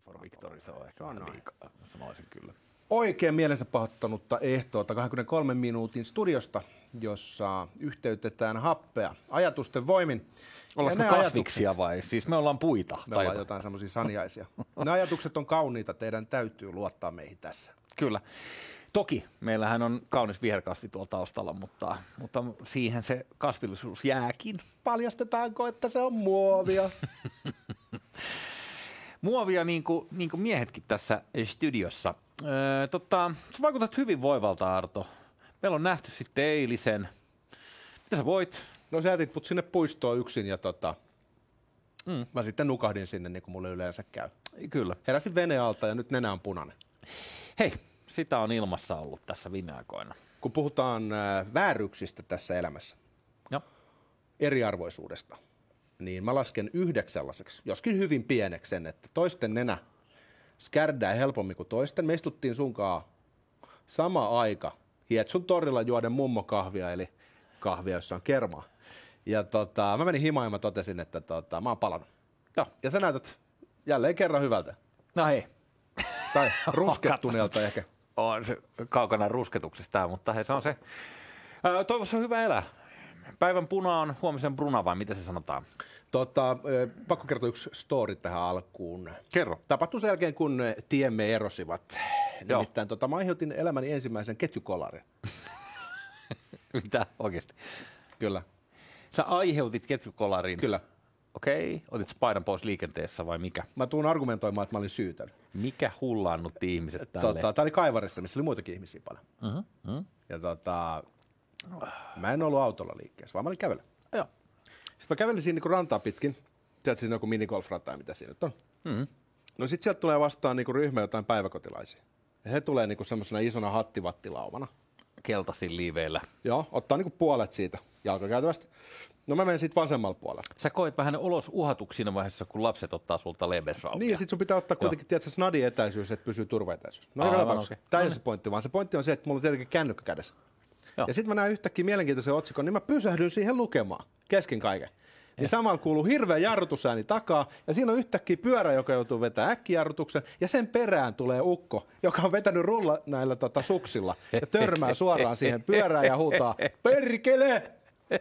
for Victory, se on ehkä vähän liikaa, sanoisin kyllä. Oikein mielensä pahoittanutta ehtoota 23 minuutin studiosta, jossa yhteytetään happea ajatusten voimin. Ollaanko me kasviksia vai? Siis me ollaan puita. Me ollaan jotain semmoisia saniaisia. Ne ajatukset on kauniita, teidän täytyy luottaa meihin tässä. Kyllä. Toki meillähän on kaunis viherkasvi tuolla taustalla, mutta siihen se kasvillisuus jääkin. Paljastetaanko, että se on muovia? Muovia niin kuin miehetkin tässä studiossa. Sä vaikutat hyvin voivalta, Arto. Meillä on nähty sitten eilisen. Mitä sä voit? No sä jätit mut sinne puistoon yksin ja mä sitten nukahdin sinne niin kuin mulle yleensä käy. Kyllä. Heräsin vene alta ja nyt nenä on punainen. Hei, sitä on ilmassa ollut tässä viime aikoina. Kun puhutaan vääryyksistä tässä elämässä, eriarvoisuudesta, niin mä lasken 9, joskin hyvin pieneksi sen, että toisten nenä skärdää helpommin kuin toisten. Me istuttiin sunkaan sama aika Hietsun torilla juoden mummokahvia, eli kahvia, jossa on kermaa. Ja mä menin himaan ja mä totesin, että mä oon palannut. Joo. Ja sä näytät jälleen kerran hyvältä. No hei. Tai ruskettuneelta ehkä. On se kaukana rusketuksesta, mutta hei, se on se. Toivossa on hyvä elää. Päivän puna on huomisen bruna, vai mitä se sanotaan? Pakko kertoa yksi story tähän alkuun. Kerro. Tapahtui sen jälkeen, kun tiemme erosivat. Nimittäin mä aiheutin elämäni ensimmäisen ketjukolarin. Mitä? Oikeasti? Kyllä. Sä aiheutit ketjukolarin? Kyllä. Okei. Otit sä paidan pois liikenteessä vai mikä? Mä tuun argumentoimaan, että mä olin syytön. Mikä hullaannutti ihmiset tälle? Tää oli Kaivarissa, missä oli muitakin ihmisiä paljon. Ja mä en ollut autolla liikkeessä, vaan mä olin kävellä. Joo. Sitten mä kävelin siinä niinku rantaa pitkin. Tiedätkö, siinä on joku minigolfrata, mitä siinä nyt on. No sit sieltä tulee vastaan niinku ryhmä jotain päiväkotilaisia. Ja he tulee niinku semmosena isona hattivattilaumana. Keltaisin liiveillä. Joo, ottaa niinku puolet siitä jalkakäytävästä. No mä menen sit vasemmalla puolella. Sä koet vähän olos uhatuksi siinä vaiheessa, kun lapset ottaa sulta leversraumia. Niin, ja sit sun pitää ottaa kuitenkin, tiedätkö, snadi etäisyys, että pysyy turvaetäisyys. No joka tapauksessa. Okay. Tämä ei ole se pointti, vaan se pointti on se, että mulla on tietenkin kännykkä kädessä. Joo. Ja sit mä näen yhtäkkiä mielenkiintoisen otsikon, niin mä pysähdyn siihen lukemaan kesken kaiken. Niin samalla kuuluu hirveä jarrutusääni takaa, ja siinä on yhtäkkiä pyörä, joka joutuu vetämään äkkijarrutuksen, ja sen perään tulee ukko, joka on vetänyt rulla näillä suksilla, ja törmää suoraan siihen pyörään ja huutaa, perkele!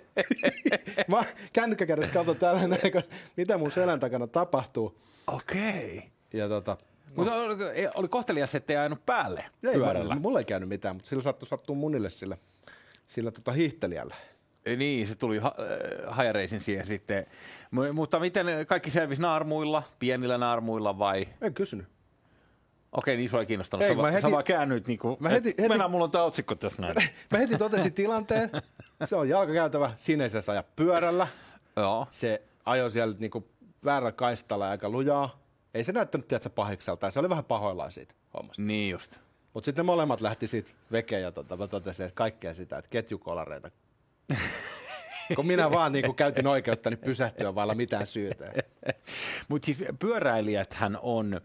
Mä kännykkä kädessä katson täällä näin, mitä mun selän takana tapahtuu. Okei. Ja Mutta oli kohtelias, ettei ajanut päälle pyörällä. Mulla ei käynyt mitään, mutta sillä sattuu munille sillä hiihtelijällä. Niin, se tuli hajareisin siihen sitten. Mutta miten kaikki selvisi naarmuilla, pienillä naarmuilla vai? En kysynyt. Okei, niin sua ei kiinnostanut. Sä vaan käännyit niinku, mennään, mulla on tää otsikko tässä näin. Mä heti totesin tilanteen. Se on jalkakäytävä, sinisessä aja pyörällä. Joo. Se ajoi siellä niinku väärällä kaistalla aika lujaa. Ei se näyttänyt, tiedätkö, pahikselta. Se oli vähän pahoillaan siitä hommasta. Niin just. Mutta sitten molemmat lähti siitä vekeen ja mä totesin, että kaikkea sitä, että ketjukolareita. Kun minä vaan niin käytin oikeutta, niin pysähtyä vailla mitään syytä. Mutta siis pyöräilijäthän on,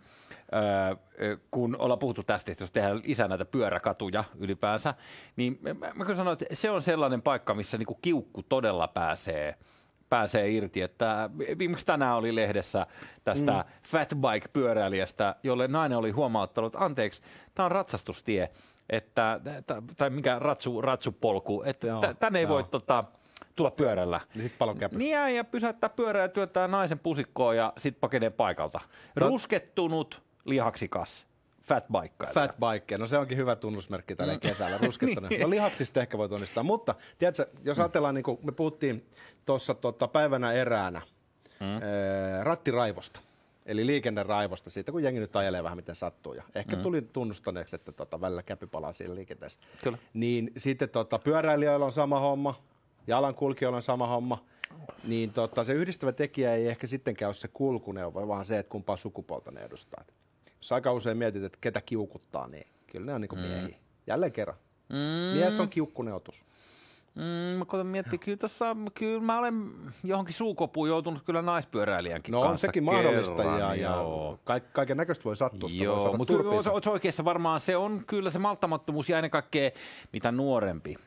kun ollaan puhuttu tästä, että jos tehdään lisää näitä pyöräkatuja ylipäänsä, niin mä kyllä sanon, että se on sellainen paikka, missä niinku kiukku todella pääsee irti. Että viimeksi tänään oli lehdessä tästä fatbike-pyöräilijästä, jolle nainen oli huomauttanut, että anteeksi, tämä on ratsastustie, tai mikä ratsupolku, että tänne ei voi tulla pyörällä. Niin sit palon käpy. Niin ja pysäyttää pyörää ja työntää naisen pusikkoon ja sit pakenee paikalta. Ruskettunut, lihaksikas. Fatbike. Fatbike, no se onkin hyvä tunnusmerkki tällä kesällä, ruskettunut. No lihaksista ehkä voi tunnistaa, mutta tiedätkö, jos ajatellaan, niin kuin me puhuttiin tuossa päivänä eräänä rattiraivosta, eli liikenneraivosta siitä, kun jengi nyt ajelee vähän miten sattuu. Ja ehkä tuli tunnustaneeksi, että välillä käpy palaa siinä liikenteessä. Kyllä. Niin sitten pyöräilijöillä on sama homma, jalankulkijoilla on sama homma. Niin se yhdistävä tekijä ei ehkä sittenkään ole se kulkuneuvo, vaan se, että kumpaa sukupuolta ne edustaa. Jos aika usein mietit, että ketä kiukuttaa, niin kyllä ne on niinku miehiä. Jälleen kerran. Mies on kiukkuneutus. Mä koitan miettiä, kyllä mä olen johonkin suukopuun joutunut kyllä naispyöräilijänkin kanssa. No on sekin mahdollista ja kaiken näköistä voi sattua. Joo, mutta oot oikeassa varmaan se on kyllä se malttamattomuus ja ennen kaikkea mitä nuorempi.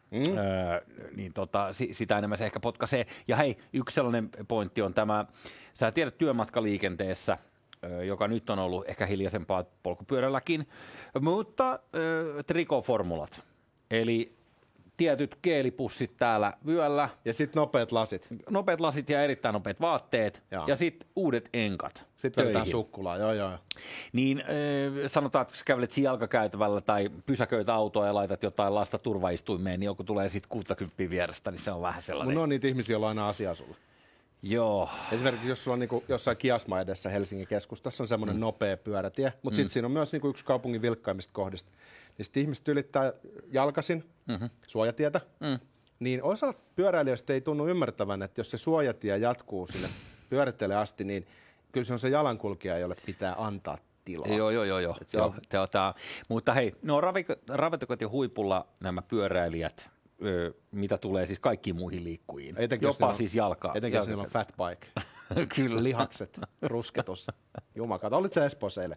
Niin sitä enemmän se ehkä potkaisee. Ja hei, yksi sellainen pointti on tämä, sä tiedät työmatkaliikenteessä, joka nyt on ollut ehkä hiljaisempaa polkupyörälläkin, mutta trikoformulat. Eli tietyt geelipussit täällä vyöllä. Ja sitten nopeat lasit. Nopeat lasit ja erittäin nopeat vaatteet. Joo. Ja sitten uudet enkat. Sitten vedetään sukkulaa, joo. Niin sanotaan, että kun kävelet siinä jalkakäytävällä tai pysäköit autoa ja laitat jotain lasta turvaistuimeen, niin joku tulee sitten 60 vierestä, niin se on vähän sellainen. Mun on niitä ihmisiä, joilla on aina asiaa sulla. Joo. Esimerkiksi jos sulla on niinku jossain Kiasma edessä Helsingin keskustassa on semmoinen nopea pyörätie, mutta sitten siinä on myös niinku yksi kaupungin vilkkaimmista kohdista. Niin sitten ihmiset ylittää jalkaisin suojatietä, niin osa pyöräilijöistä ei tunnu ymmärtävän, että jos se suojatie jatkuu sinne pyörätielle asti, niin kyllä se on se jalankulkija, jolle pitää antaa tilaa. Joo. Mutta hei, no ravintokotin huipulla nämä pyöräilijät, mitä tulee siis kaikkiin muihin liikkujiin, jopa siis jalkaa. Etenkin jos niillä on fat bike. Kyllä. Lihakset, rusketus. Jumakata, olit sä Espoossa eilen?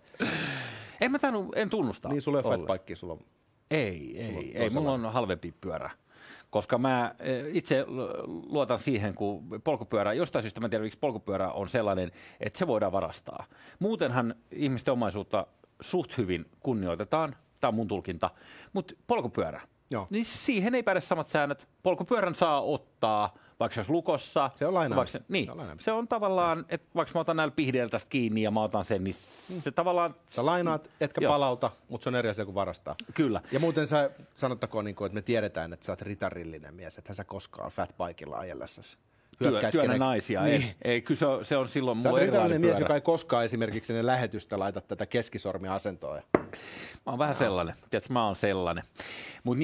En tunnusta. Niin, sulla ei ole fat bike, sulla on... Ei, mulla on halvempi pyörä. Koska mä itse luotan siihen, kun polkupyörä, jostain syystä mä en tiedä, miksi polkupyörä on sellainen, että se voidaan varastaa. Muutenhan ihmisten omaisuutta suht hyvin kunnioitetaan, tämä on mun tulkinta, mutta polkupyörä, niin siihen ei päde samat säännöt. Polkupyörän saa ottaa, vaikka se olisi lukossa. Se on lainaamista. Se on tavallaan, että vaikka mä otan näillä pihdeillä tästä kiinni ja mä otan sen, niin se tavallaan... Sä lainaat, etkä palauta, mutta se on eri asia kuin varastaa. Kyllä. Ja muuten sä sanottakoon, että me tiedetään, että sä oot ritarillinen mies, että sä koskaan fatbikella ajellessasi. Työnä naisia, niin. ei kyllä se on silloin mulla erilainen pyörä. Mies, joka ei koskaan esimerkiksi ennen lähetystä laita tätä keskisormiasentoa. Mä oon vähän sellainen, tiedätkö, mä oon sellainen. Mutta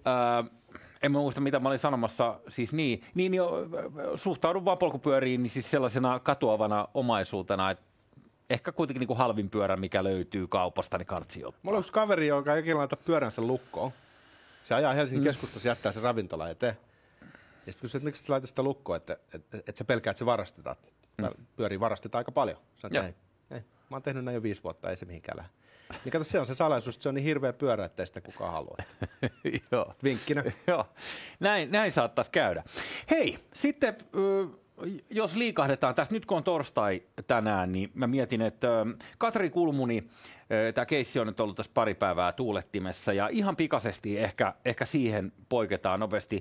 en mä muista, mitä mä olin sanomassa, siis suhtaudun vaan polkupyöriin niin siis sellaisena katoavana omaisuutena, että ehkä kuitenkin niin kuin halvin pyörä, mikä löytyy kaupasta, niin kartsi ottaa. Mulla on yksi kaveri, joka ei laita pyöränsä lukkoon. Se ajaa Helsingin keskustassa, jättää sen ravintola eteen. Ja sitten kysyt, että miksi sä laitat sitä lukkoa, että sä pelkää, että se varastetaan. Pyöriä varastetaan aika paljon. Sanoin, ei. Mä oon tehnyt näin jo 5 vuotta, ei se mihinkään lähde. Niin kato, se on se salaisuus, että se on niin hirveä pyörä, ettei sitä kukaan halua. Joo. Vinkkinä. Joo, näin saattaisi käydä. Hei, sitten jos liikahdetaan tässä, nyt kun on torstai tänään, niin mä mietin, että Katri Kulmuni, tämä keissi on nyt ollut tässä pari päivää tuulettimessa, ja ihan pikaisesti ehkä siihen poiketaan nopeasti.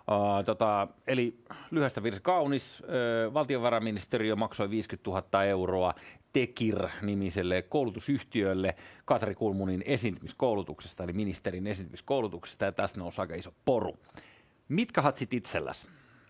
Eli lyhyestä virsi kaunis. Valtiovarainministeriö maksoi 50 000 euroa Tekir-nimiselle koulutusyhtiölle Katri Kulmunin esiintymiskoulutuksesta, eli ministerin esiintymiskoulutuksesta, ja tästä nousi aika iso poru. Mitkä hatsit itselläsi?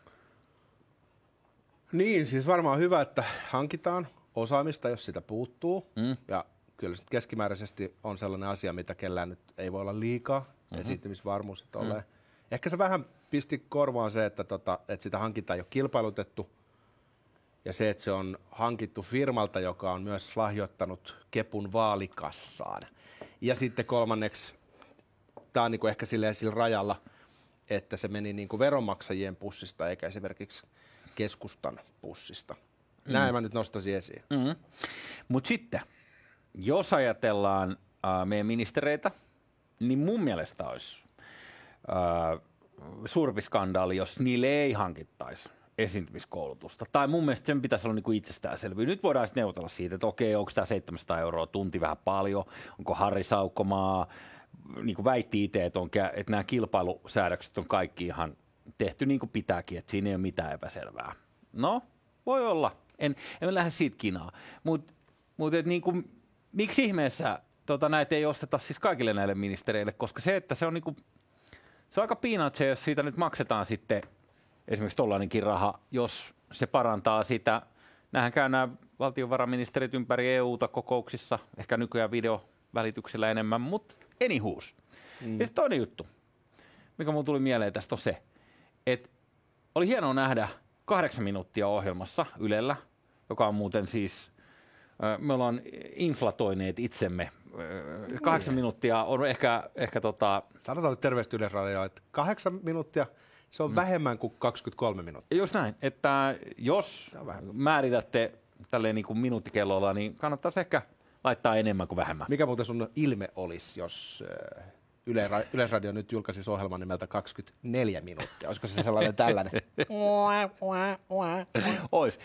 Niin, siis varmaan hyvä, että hankitaan osaamista, jos sitä puuttuu. Ja kyllä keskimääräisesti on sellainen asia, mitä kellään nyt ei voi olla liikaa, esiintymisvarmuus, että ole. Ehkä se vähän pisti korvaan se, että sitä hankintaa ei ole kilpailutettu, ja se, että se on hankittu firmalta, joka on myös lahjoittanut Kepun vaalikassaan. Ja sitten kolmanneksi, tämä on niinku ehkä sillä rajalla, että se meni niinku veronmaksajien pussista, eikä esimerkiksi keskustan pussista. Näin mä nyt nostaisin esiin. Mutta sitten, jos ajatellaan meidän ministereitä, niin mun mielestä olisi suurempi skandaali, jos niille ei hankittaisi esiintymiskoulutusta. Tai mun mielestä sen pitäisi olla niinku itsestäänselvyys. Nyt voidaan sitten neuvotella siitä, että okei, onko tämä 700 euroa tunti vähän paljon, onko Harri Saukkomaa, niin kuin väitti itse, että nämä kilpailusäädökset on kaikki ihan tehty niin kuin pitääkin, että siinä ei ole mitään epäselvää. No, voi olla. En lähde siitä kinaa. Mutta niin kuin, miksi ihmeessä näitä ei osteta siis kaikille näille ministereille, koska se, että se on niin kuin, se on aika peanuts, jos siitä nyt maksetaan sitten esimerkiksi tollainenkin raha, jos se parantaa sitä. Nämähän käy nämä valtiovarainministerit ympäri EUta kokouksissa, ehkä nykyään videovälityksellä enemmän, mutta anyhoos. Ja sitten toinen juttu, mikä mulle tuli mieleen tästä on se, että oli hienoa nähdä 8 minuuttia ohjelmassa Ylellä, joka on muuten siis, me ollaan inflatoineet itsemme. 8 minuuttia on ehkä Sanotaan nyt terveesti Yleisradiolle, että 8 minuuttia, se on vähemmän kuin 23 minuuttia. Just näin, että jos määritätte tälleen niin kuin minuuttikellolla, niin kannattaisi ehkä laittaa enemmän kuin vähemmän. Mikä muuten sun ilme olisi, jos Yleisradio nyt julkaisisi ohjelman nimeltä 24 minuuttia? Olisiko se sellainen tällainen? Ois.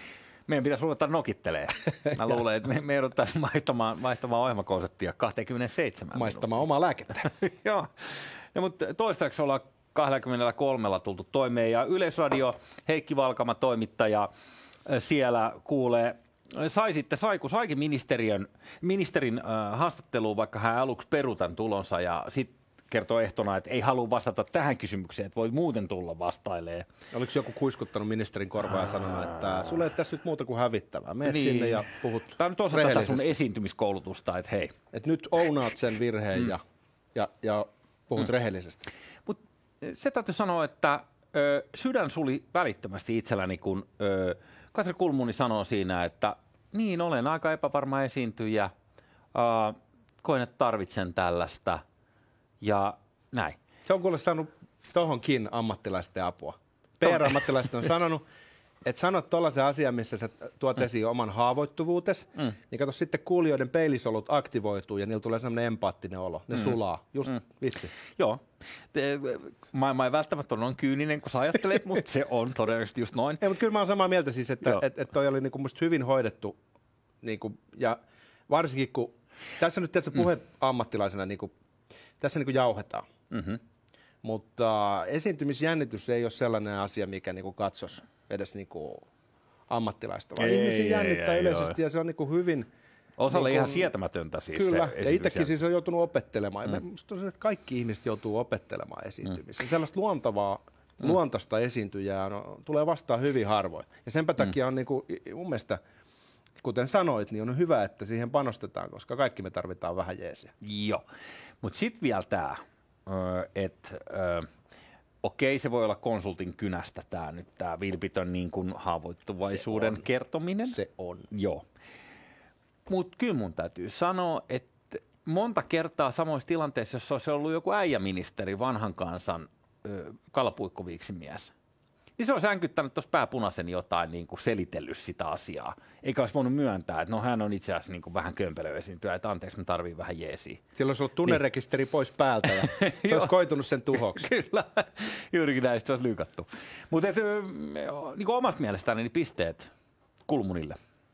Meidän pitäisi ruveta nokittelemaan. Mä luulen, että me jouduttaisiin vaihtamaan ohjelmakonseptia 27 Maistamaan omaa lääkettä. Joo. No, mutta toistaiseksi ollaan 23 tultu toimeen ja Yleisradio, Heikki Valkama, toimittaja, siellä kuulee, saikin ministerin haastatteluun, vaikka hän aluksi perutan tulonsa ja sitten kertoo ehtona, että ei halua vastata tähän kysymykseen, että voi muuten tulla vastailee. Oliko joku kuiskuttanut ministerin korvaa ja sanonut, että sulle ei tässä nyt muuta kuin hävittävää. Meet sinne ja puhut Tämä on nyt osa tätä sun esiintymiskoulutusta, että hei. Että nyt ounaat sen virheen ja puhut rehellisesti. Mut se täytyy sanoa, että sydän suli välittömästi itselläni, kun Katri Kulmuni sanoo siinä, että niin, olen aika epävarma esiintyjä, koen, että tarvitsen tällaista. Ja näin. Se on kuule saanut tohonkin ammattilaisten apua. PR-ammattilaiset on sanonut, että sanot tollaisen asian, missä sä tuot esiin oman haavoittuvuutesi, niin kato sitten kuulijoiden peilisolut aktivoituu ja niillä tulee sellainen empaattinen olo. Ne sulaa. Just vitsi. Joo. Mä en välttämättä ole noin kyyninen, kun sä ajattelet, mutta se on todennäköisesti just noin. Ei, mutta kyllä mä oon samaa mieltä siis, että toi oli niinku musta hyvin hoidettu. Niinku, ja varsinkin kun tässä nyt tiedätkö, puheammattilaisena niinku, tässä niinku jauhetaan. Mutta esiintymisjännitys ei ole sellainen asia, mikä niinku katsos edes niinku ammattilaista, vaan ihmisiä jännittää yleisesti ja se on niinku hyvin... Osalle ihan sietämätöntä siis. Kyllä, ja itsekin siis on joutunut opettelemaan. Ja musta on se, että kaikki ihmiset joutuu opettelemaan esiintymistä. Sellaista luontaista esiintyjää tulee vastaan hyvin harvoin. Ja senpä takia on niinku, mun mielestä, kuten sanoit, niin on hyvä, että siihen panostetaan, koska kaikki me tarvitaan vähän jeesiä. Joo, mutta sitten vielä tämä, että okei, se voi olla konsultin kynästä tämä vilpitön niin kuin haavoittuvaisuuden kertominen. Se on. Joo. Mutta kyllä mun täytyy sanoa, että monta kertaa samoissa tilanteissa, jos olisi ollut joku äijäministeri, vanhan kansan kalapuikkoviiksimies, niin se olisi änkyttänyt tuossa pääpunaisen jotain niin kuin selitellyt sitä asiaa. Eikä olisi voinut myöntää, että no hän on itse asiassa niin kuin vähän kömpelö esiintyä, että anteeksi, mä tarviin vähän jeesiä. Silloin olisi ollut tunnerekisteri pois päältä ja se olisi koitunut sen tuhoksi. Kyllä, juurikin näistä se olisi lyykattu. Mutta niin omasta mielestäni niin pisteet Kulmunille.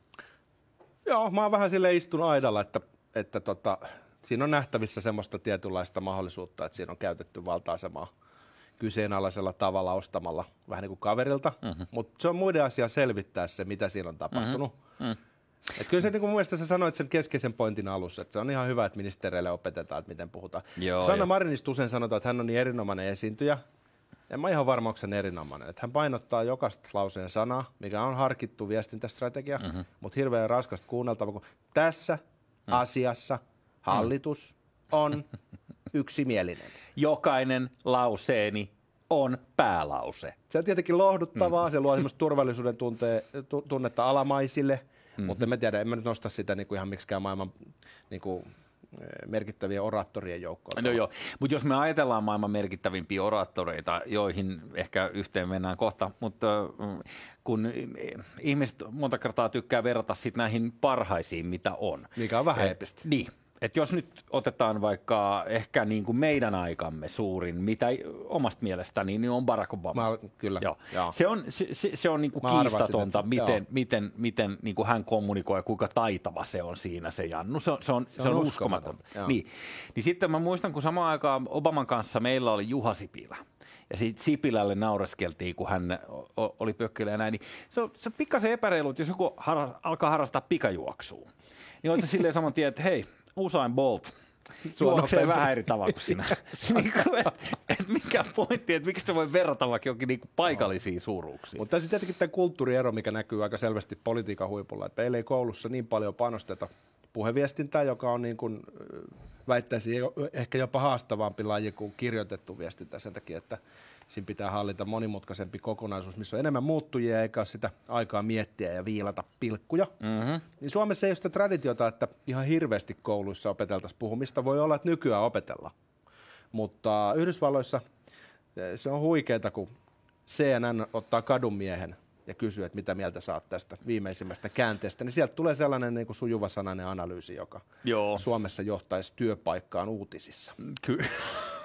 Joo, mä oon vähän silleen istunut aidalla, että siinä on nähtävissä semmoista tietynlaista mahdollisuutta, että siinä on käytetty valta-asemaa kyseenalaisella tavalla ostamalla vähän niin kuin kaverilta, mutta se on muiden asia selvittää se, mitä siinä on tapahtunut. Et kyllä se, niin kuin mun mielestä sä sanoit sen keskeisen pointin alussa, että se on ihan hyvä, että ministereille opetetaan, että miten puhutaan. Sanna Marinista usein sanotaan, että hän on niin erinomainen esiintyjä. En mä ihan varma, onko sen erinomainen. Että hän painottaa jokaista lauseen sanaa, mikä on harkittu viestintästrategia, mutta hirveän raskasta kuunneltava, kun tässä asiassa hallitus on yksimielinen. Jokainen lauseeni on päälause. Se on tietenkin lohduttavaa, se luo semmoista turvallisuuden tunnetta alamaisille, mutta en mä nyt nosta sitä niin kuin ihan miksikään maailman niin kuin merkittävien oraattorien joukkoon. No joo, mutta jos me ajatellaan maailman merkittävimpiä oraattoreita, joihin ehkä yhteen mennään kohta, mutta kun ihmiset monta kertaa tykkää verrata sit näihin parhaisiin, mitä on. Mikä on vähän eeppistä. Niin. Et jos nyt otetaan vaikka ehkä niin kuin meidän aikamme suurin, mitä omasta mielestäni, niin on Barack Obama. Kyllä. Joo. Se on niin kuin kiistatonta, miten niin kuin hän kommunikoi ja kuinka taitava se on siinä se Jannu. Se on uskomatonta. Niin sitten mä muistan, kun samaan aikaan Obaman kanssa meillä oli Juha Sipilä. Ja siitä Sipilälle naureskeltiin, kun hän oli pökkölä ja näin. Niin se on pikkasen epäreilu, että jos joku alkaa harrastaa pikajuoksua, niin on se silleen saman tien, että hei, Usain Bolt juoksee vähän eri tavalla kuin sinä. Et mikä pointti, että miksi se voi verrata vaikka jokin niinku paikallisiin suuruuksiin. Mutta tässä on tietenkin tämä kulttuuriero, mikä näkyy aika selvästi politiikan huipulla. Et meillä ei koulussa niin paljon panosteta puheviestintää, joka on niin kuin, väittäisin ehkä jopa haastavampi laji kuin kirjoitettu viestintä sen takia, että siinä pitää hallita monimutkaisempi kokonaisuus, missä on enemmän muuttujia eikä ole sitä aikaa miettiä ja viilata pilkkuja. Niin Suomessa ei ole sitä traditiota, että ihan hirveästi kouluissa opeteltaisiin puhumista. Voi olla, että nykyään opetellaan. Mutta Yhdysvalloissa se on huikeeta, kun CNN ottaa kadunmiehen ja kysyy, että mitä mieltä sä oot tästä viimeisimmästä käänteestä, niin sieltä tulee sellainen niin kuin sujuvasanainen analyysi, joka Suomessa johtaisi työpaikkaan uutisissa. Kyllä.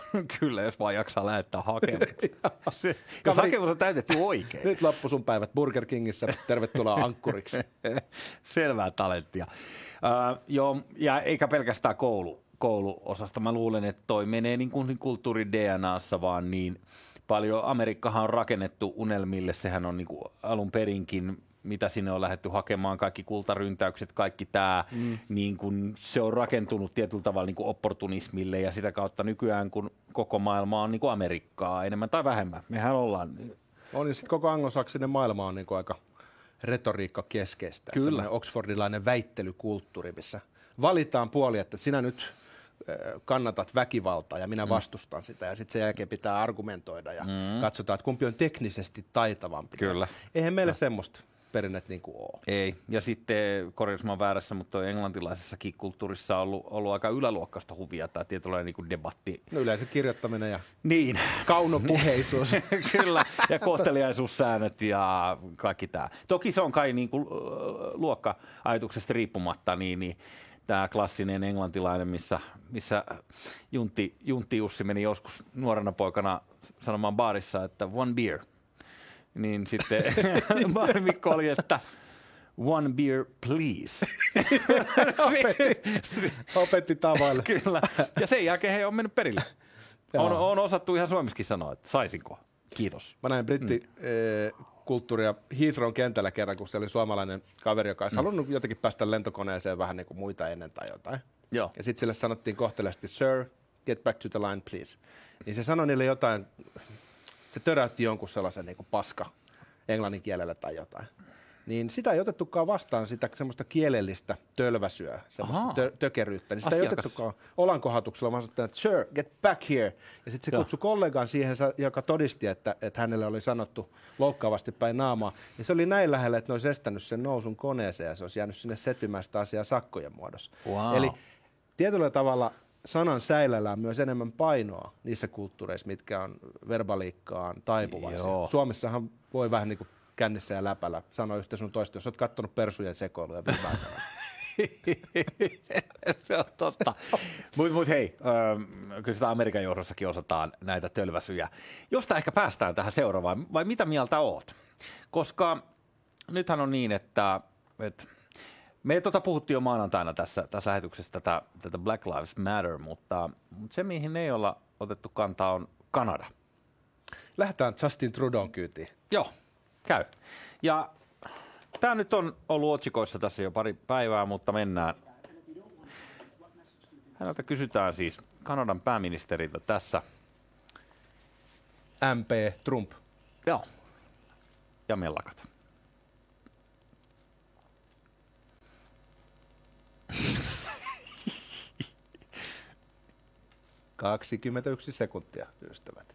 Kyllä, jos vaan jaksaa lähettää hakemus. Jos hakemus on täytetty oikein. Nyt loppu sun päivät Burger Kingissä. Tervetuloa ankkuriksi. Selvää talenttia. Joo, ja eikä pelkästään kouluosasta. Mä luulen, että toi menee niin kuin kulttuurin DNAssa vaan niin paljon. Amerikkahan on rakennettu unelmille. Sehän on niin kuin alun perinkin, mitä sinne on lähdetty hakemaan, kaikki kultaryntäykset, kaikki tämä, niin kun se on rakentunut tietyllä tavalla niin kuin opportunismille ja sitä kautta nykyään, kun koko maailma on niin kuin Amerikkaa enemmän tai vähemmän. Mehän ollaan. On, ja sitten koko anglosaksinen maailma on niin kuin aika retoriikka keskeistä. Kyllä. Oxfordilainen väittelykulttuuri, missä valitaan puoli, että sinä nyt kannatat väkivaltaa ja minä vastustan sitä. Ja sitten sen jälkeen pitää argumentoida ja katsotaan, että kumpi on teknisesti taitavampi. Kyllä. Eihän meillä semmoista perinnettä niin kuin ole. Ei. Ja sitten, korjaus mä oon väärässä, mutta englantilaisessakin kulttuurissa on ollut aika yläluokkaista huvia tai tietynlainen niin kuin debatti. No yleensä kirjoittaminen ja niin. Kaunopuheisuus. Kyllä, ja kohteliaisuussäännöt ja kaikki tämä. Toki se on kai niin kuin luokka-ajatuksesta riippumatta, niin tämä klassinen englantilainen, missä Juntti Jussi meni joskus nuorena poikana sanomaan baarissa, että one beer. Niin sitten baarimikko oli, että one beer please. Opetti tavalla. Kyllä. Ja sen jälkeen he on mennyt perille. On osattu ihan suomessakin sanoa, että saisinko. Kiitos. Mä näin brittikulttuuria Heathrown kentällä kerran, kun se oli suomalainen kaveri, joka olisi halunnut jotenkin päästä lentokoneeseen vähän niin kuin muita ennen tai jotain. Joo. Ja sitten sille sanottiin kohteliaasti, sir, get back to the line, please. Niin se sanoi niille jotain, se töräytti jonkun sellaisen niin kuin paska englannin kielellä tai jotain. Niin sitä ei otettukaan vastaan, sitä semmoista kielellistä tölväsyä, semmoista tökeryyttä. Niin sitä ei otettukaan olankohatuksella, vaan sanottiin, että sir, get back here. Ja sitten se kutsui kollegan siihen, joka todisti, että hänelle oli sanottu loukkaavasti päin naamaa. Ja se oli näin lähellä, että ne olisi estänyt sen nousun koneeseen ja se olisi jäänyt sinne setvimään sitä asiaa sakkojen muodossa. Wow. Eli tietyllä tavalla sanan säilällä on myös enemmän painoa niissä kulttuureissa, mitkä on verbaliikkaan taipuvaisia. Joo. Suomessahan voi vähän niin kuin kännissä ja läpällä sanoa yhtä sun toista, jos olet katsonut persujen sekoiluja viime aikana. Se on totta. Mut hei, kyllä sitä Amerikan johdossakin osataan näitä tölväsyjä. Josta ehkä päästään tähän seuraavaan, vai mitä mieltä oot? Koska nythän on niin, että me puhuttiin jo maanantaina tässä lähetyksessä tätä Black Lives Matter, mutta se, mihin ei olla otettu kantaa, on Kanada. Lähdetään Justin Trudeau'n kyytiin. Joo, käy. Ja tämä nyt on ollut otsikoissa tässä jo pari päivää, mutta mennään. Häneltä kysytään siis Kanadan pääministeriltä tässä. MP Trump. Joo. Ja mellakat. – 21 sekuntia, ystävät.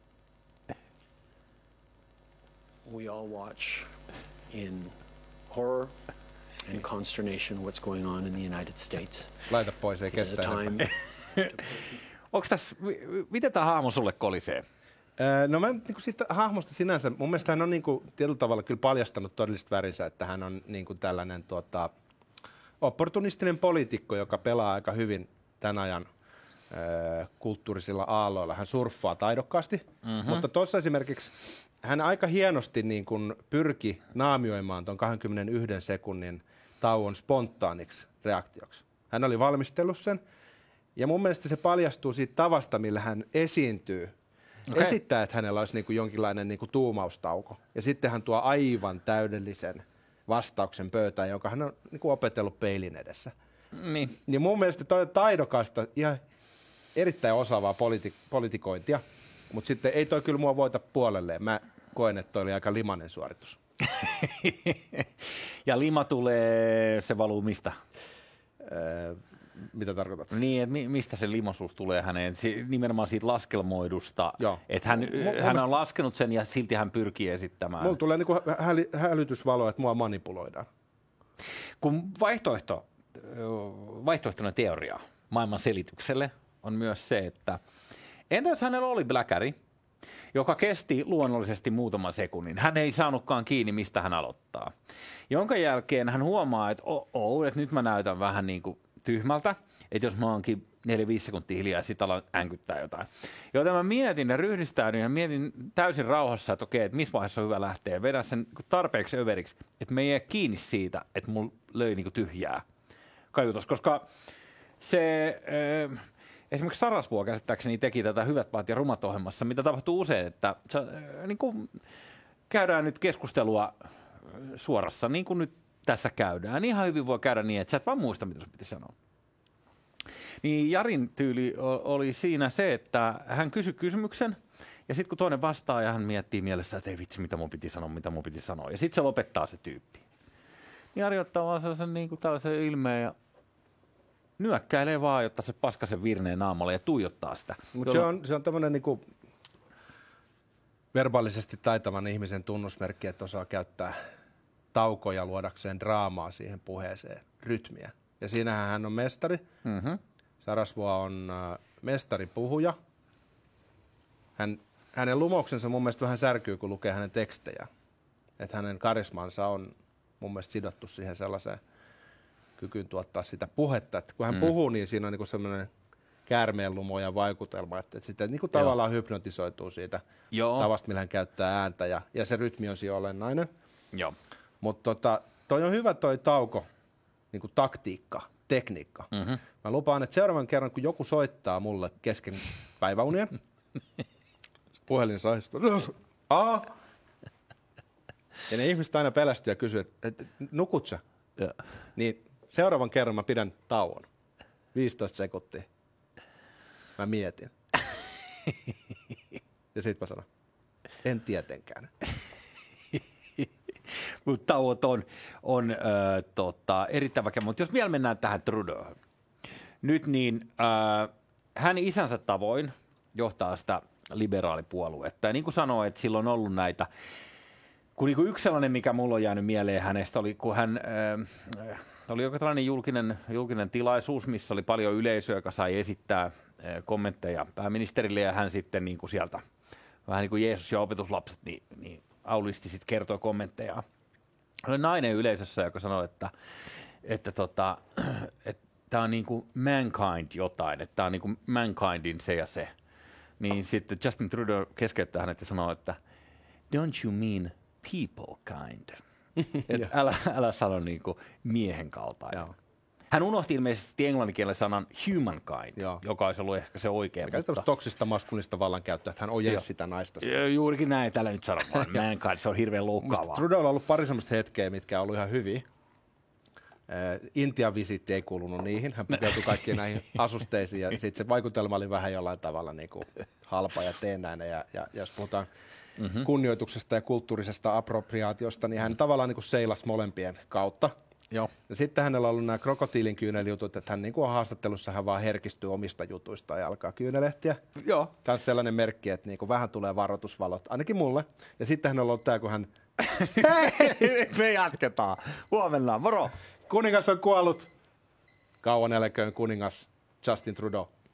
We all watch in horror and consternation what's going on in the United States. Laita pois, ei kestä enemmän. Onko tässä, miten tämä hahmo sulle kolisee? No mä niin siitä hahmosta sinänsä, mun mielestä hän on niin kuin, tietyllä tavalla kyllä paljastanut todellista värinsä, että hän on niin kuin tällainen opportunistinen poliitikko, joka pelaa aika hyvin tämän ajan kulttuurisilla aalloilla. Hän surffaa taidokkaasti, mutta tuossa esimerkiksi hän aika hienosti niin kuin pyrki naamioimaan tuon 21 sekunnin tauon spontaaniksi reaktioksi. Hän oli valmistellut sen, ja mun mielestä se paljastuu siitä tavasta, millä hän esiintyy. Okay. Esittää, että hänellä olisi niin kuin jonkinlainen niin kuin tuumaustauko, ja sitten hän tuo aivan täydellisen vastauksen pöytään, jonka hän on niin kuin opetellut peilin edessä. Niin. Ja mun mielestä toi on taidokasta, ihan erittäin osaavaa politikointia, mutta sitten ei toi kyllä mua voita puolelleen. Mä koen, että toi oli aika limainen suoritus. Ja lima tulee, se valuu mistä? Mitä tarkoitat? Niin, että mistä se limaisuus tulee häneen? Nimenomaan siitä laskelmoidusta. Että hän on laskenut sen ja silti hän pyrkii esittämään. Mulla tulee niinku hälytysvalo, että mua manipuloidaan. Kun vaihtoehtoinen teoria maailman selitykselle on myös se, että entä jos hänellä oli bläkäri, joka kesti luonnollisesti muutaman sekunnin. Hän ei saanutkaan kiinni, mistä hän aloittaa. Jonka jälkeen hän huomaa, että että nyt mä näytän vähän niin kuin tyhmältä, että jos mä oonkin 4-5 sekuntia hiljaa ja sit alan änkyttää jotain. Joten mä mietin ja ryhdistäydyin ja mietin täysin rauhassa, että okei, että missä vaiheessa on hyvä lähteä ja vedä sen tarpeeksi överiksi, että me ei jää kiinni siitä, että mulla löi niinku tyhjää kajutus, koska se... Esimerkiksi Sarasvuo käsittääkseni teki tätä Hyvät pahat ja rumat -ohjelmassa, mitä tapahtuu usein, että niin kuin käydään nyt keskustelua suorassa, niin kuin nyt tässä käydään. Ihan hyvin voi käydä niin, että sä et vaan muista, mitä sun piti sanoa. Niin Jarin tyyli oli siinä se, että hän kysyi kysymyksen, ja sitten kun toinen vastaa, ja hän miettii mielessä, että ei vitsi, mitä mun piti sanoa. Ja sitten se lopettaa se tyyppi. Jari ottaa vaan sellaisen niin kuin tällaisen ilmeen ja nyökkäilee vaan, jotta se paskasen virneen naamalle ja tuijottaa sitä. Mutta se on tämmöinen niinku verbaalisesti taitavan ihmisen tunnusmerkki, että osaa käyttää taukoja luodakseen draamaa siihen puheeseen, rytmiä. Ja siinähän hän on mestari. Mm-hmm. Sarasvuo on mestaripuhuja. Hänen lumouksensa mun mielestä vähän särkyy, kun lukee hänen tekstejä. Että hänen karismansa on mun mielestä sidottu siihen sellaiseen kykyyn tuottaa sitä puhetta. Että kun hän puhuu, niin siinä on niinku semmoinen käärmeenlumo ja vaikutelma, että sitten niinku tavallaan hypnotisoituu siitä tavasta, millä hän käyttää ääntä, ja se rytmi on siinä olennainen. Mutta toi on hyvä toi tauko, niinku taktiikka, tekniikka. Mm-hmm. Mä lupaan, että seuraavan kerran, kun joku soittaa mulle kesken päiväunia, puhelin saistuu, ja ne ihmiset aina pelästyy ja kysyy, että nukut sä? Niin seuraavan kerran mä pidän tauon. 15 sekuntia. Mä mietin. Ja sit mä sanon, en tietenkään. Mutta tauot on erittäin vaikea. Mutta jos vielä mennään tähän Trudeauhun. Nyt niin hän isänsä tavoin johtaa sitä liberaalipuoluetta. Ja niin kuin sanoi, että sillä on ollut näitä, kun niin kuin yksi sellainen, mikä mulla on jäänyt mieleen hänestä, oli kun hän oli joku tällainen julkinen tilaisuus, missä oli paljon yleisöä, joka sai esittää kommentteja pääministerille, ja hän sitten niin kuin sieltä, vähän niin kuin Jeesus ja opetuslapset, niin aulisti sitten kertoi kommentteja. Oli nainen yleisössä, joka sanoi, että tämä on niin kuin mankind jotain, että tämä on niin kuin mankindin se ja se. Niin sitten Justin Trudeau keskeyttää hänet ja sanoo, että don't you mean people kind? älä sano niin kuin miehen kaltainen. Joo. Hän unohti ilmeisesti englanninkielen sanan humankind, joka olisi ollut ehkä se oikea. Mikä on toksista maskulista vallankäyttöä, että hän ojensi sitä naista. Juurikin näin, tällä nyt sanon vaan mankind, se on hirveän loukkaavaa. Trudeaulla on ollut pari semmoista hetkeä, mitkä on ollut ihan hyviä. Intian visiitti ei kuulunut niihin, hän pukeutui kaikkiin näihin asusteisiin, ja sitten se vaikutelma oli vähän jollain tavalla niin kuin halpa ja teennäinen, ja jos puhutaan kunnioituksesta ja kulttuurisesta appropriaatiosta, niin hän tavallaan niin kuin seilasi molempien kautta. Joo. Ja sitten hänellä on ollut nämä krokotiilin kyynelijutut, että hän niin kuin haastattelussa hän vaan herkistyy omista jutuista ja alkaa kyynelehtiä. Joo. Tämä on sellainen merkki, että niin kuin vähän tulee varoitusvalot, ainakin mulle. Ja sitten hänellä on ollut tämä, kun hän... Hei, me jatketaan. Huomenna, moro! Kuningas on kuollut. Kauan eläköön kuningas Justin Trudeau.